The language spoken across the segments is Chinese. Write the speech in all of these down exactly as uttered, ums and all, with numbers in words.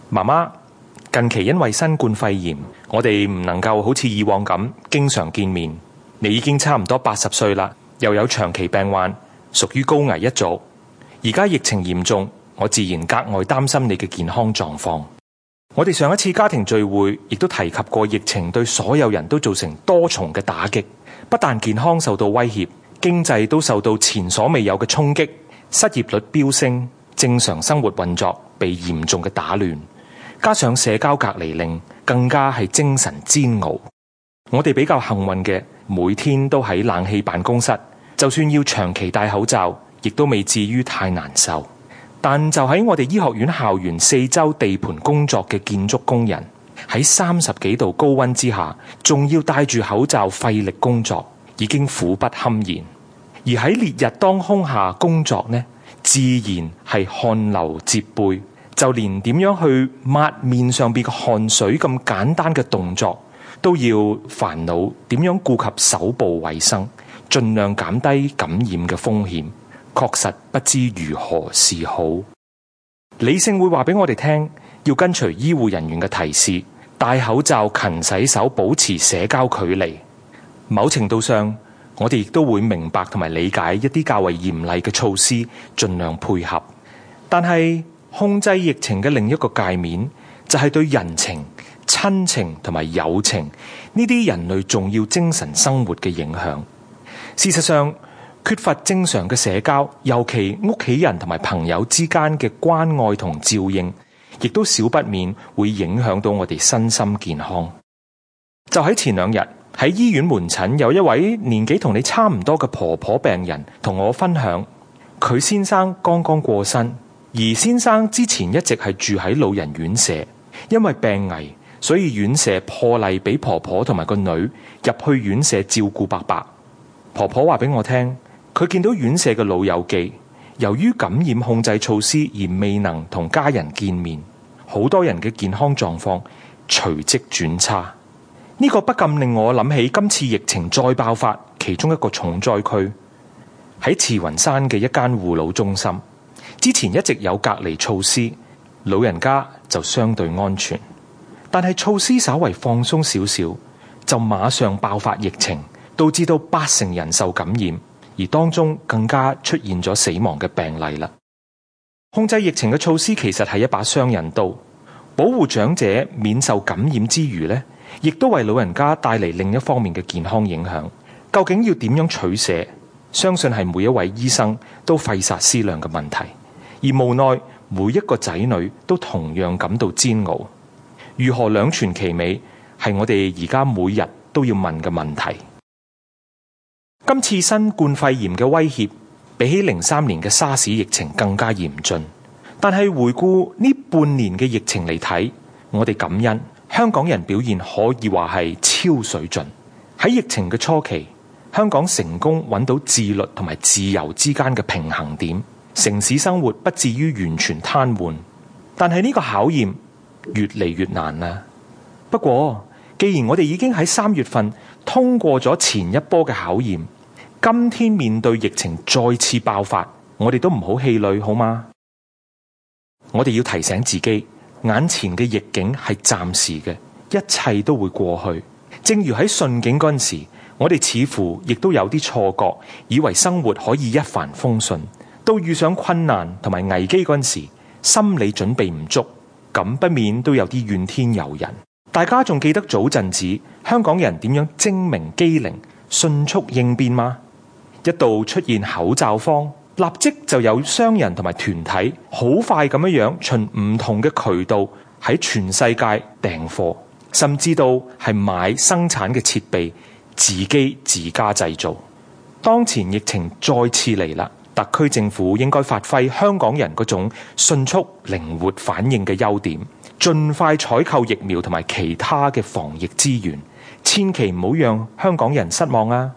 媽媽，近期因為新冠肺炎，我哋唔能夠好似以往咁經常見面。你已經差唔多八十歲啦，又有長期病患，屬於高危一族。而家疫情嚴重，我自然格外擔心你嘅健康狀況。我哋上一次家庭聚會亦都提及過，疫情對所有人都造成多重嘅打擊，不但健康受到威脅，經濟都受到前所未有嘅衝擊，失業率飆升，正常生活運作被嚴重嘅打亂，加上社交隔離令，更加係精神煎熬。我哋比較幸運嘅，每天都喺冷氣辦公室，就算要長期戴口罩，亦都未至於太難受。但就喺我哋醫學院校園四周地盤工作嘅建築工人，喺三十幾度高溫之下，仲要戴住口罩費力工作，已經苦不堪言。而喺烈日當空下工作呢，自然係汗流浹背，就連點樣去抹面上邊嘅汗水咁簡單嘅動作，都要煩惱點樣顧及手部衛生，盡量減低感染嘅風險。確實不知如何是好。理性會話俾我哋聽，要跟隨醫護人員嘅提示，戴口罩、勤洗手、保持社交距離。某程度上，我哋亦都會明白同埋理解一啲較為嚴厲嘅措施，盡量配合。但係控制疫情嘅另一個界面，就係對人情、親情同埋友情呢啲人類重要精神生活嘅影響。事實上，缺乏正常嘅社交，尤其屋企人同埋朋友之間嘅關愛同照應，亦都少不免會影響到我哋身心健康。就喺前兩日喺醫院門診，有一位年紀同你差唔多嘅婆婆病人同我分享，佢先生剛剛過身，而先生之前一直係住喺老人院舍，因為病危，所以院舍破例俾婆婆同埋個女入去院舍照顧伯伯。婆婆話俾我聽，佢見到院舍嘅老友記，由於感染控制措施而未能同家人見面，好多人嘅健康狀況隨即轉差。呢個不禁令我諗起今次疫情再爆發，其中一個重災區喺慈雲山嘅一間護老中心，之前一直有隔離措施，老人家就相對安全，但係措施稍為放鬆少少，就馬上爆發疫情，導致到八成人受感染，而當中更加出現咗死亡嘅病例啦。控制疫情嘅措施其實係一把雙刃刀，保護長者免受感染之餘呢，亦都為老人家帶嚟另一方面嘅健康影響。究竟要點樣取捨？相信係每一位醫生都費煞思量嘅問題，而無奈每一個仔女都同樣感到煎熬。如何兩全其美，係我哋而家每日都要問嘅問題。今次新冠肺炎嘅威脅比起零三年嘅沙士疫情更加嚴峻，但係回顧呢半年嘅疫情嚟睇，我哋感恩香港人表現可以話係超水準。喺疫情嘅初期，香港成功揾到自律同埋自由之間嘅平衡點，城市生活不至於完全癱瘓。但係呢個考驗越嚟越難啦。不過既然我哋已經喺三月份通過咗前一波嘅考驗，今天面對疫情再次爆發，我哋都唔好氣餒，好嗎？我哋要提醒自己，眼前嘅逆境係暫時嘅，一切都會過去。正如喺順境嗰陣時，我哋似乎亦都有啲錯覺，以為生活可以一帆風順。到遇上困難同埋危機嗰陣時，心理準備唔足，咁不免都有啲怨天尤人。大家仲記得早陣子香港人點樣精明機靈、迅速應變嗎？一度出現口罩荒，立即就有商人同埋團體好快咁樣樣循唔同嘅渠道喺全世界訂貨，甚至到係買生產嘅設備，自己自家製造。當前疫情再次嚟啦，特區政府應該發揮香港人嗰種迅速靈活反應嘅優點，盡快採購疫苗同埋其他嘅防疫資源，千祈唔好讓香港人失望啊！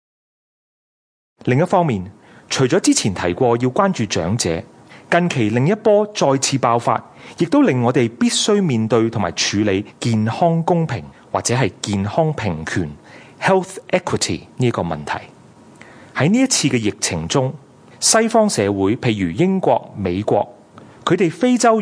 另一方面，除咗之前提過要關注長者，近期另一波再次爆發，亦都令我哋必須面對同埋處理健康公平或者係健康平權 （health equity） 呢個問題。喺呢一次嘅疫情中，西方社會譬如英國、美國，佢哋非洲裔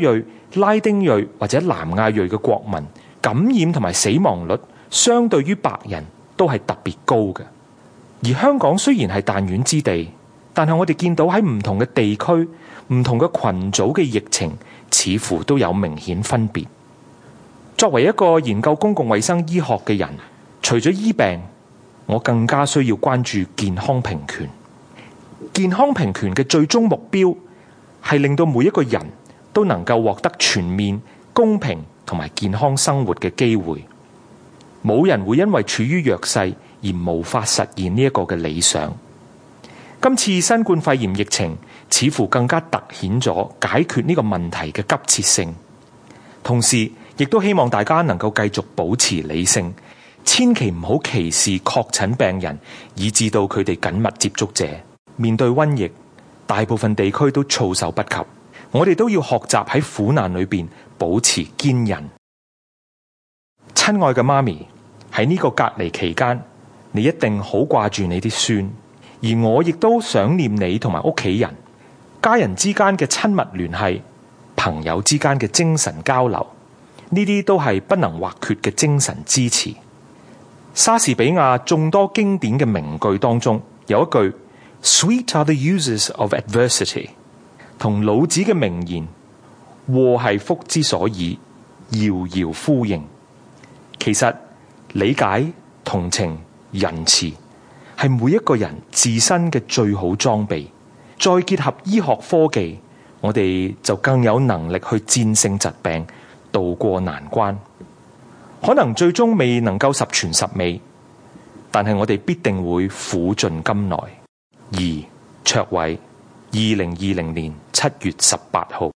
拉丁裔或者南亞裔嘅國民感染同埋死亡率相對於白人都係特別高嘅。而香港雖然係彈丸之地，但係我哋見到喺唔同嘅地區、唔同嘅群組嘅疫情似乎都有明顯分別。作為一個研究公共衛生醫學嘅人，除咗醫病，我更加需要關注健康平權。健康平權嘅最終目標係令到每一個人都能夠獲得全面、公平同埋健康生活嘅機會。冇人會因為處於弱勢而無法實現呢一個嘅理想。今次新冠肺炎疫情似乎更加凸顯咗解決呢個問題嘅急切性，同時亦都希望大家能夠繼續保持理性，千祈唔好歧視確診病人，以致到佢哋緊密接觸者。面對瘟疫，大部分地區都措手不及，我哋都要學習喺苦難裏邊保持堅韌。親愛嘅媽咪，喺呢個隔離期間，你一定好掛住你啲孫，而我亦都想念你同埋屋企人。家人之間嘅親密聯繫，朋友之間嘅精神交流，呢啲都係不能或缺嘅精神支持。莎士比亞眾多經典嘅名句當中，有一句 Sweet are the uses of adversity， 同老子嘅名言禍係福之所以，遙遙呼應。其實理解、同情、仁慈係每一個人自身嘅最好裝備，再結合醫學科技，我哋就更有能力去戰勝疾病，渡過難關。可能最終未能夠十全十美，但係我哋必定會苦盡甘來。而卓偉，二零二零年七月十八號。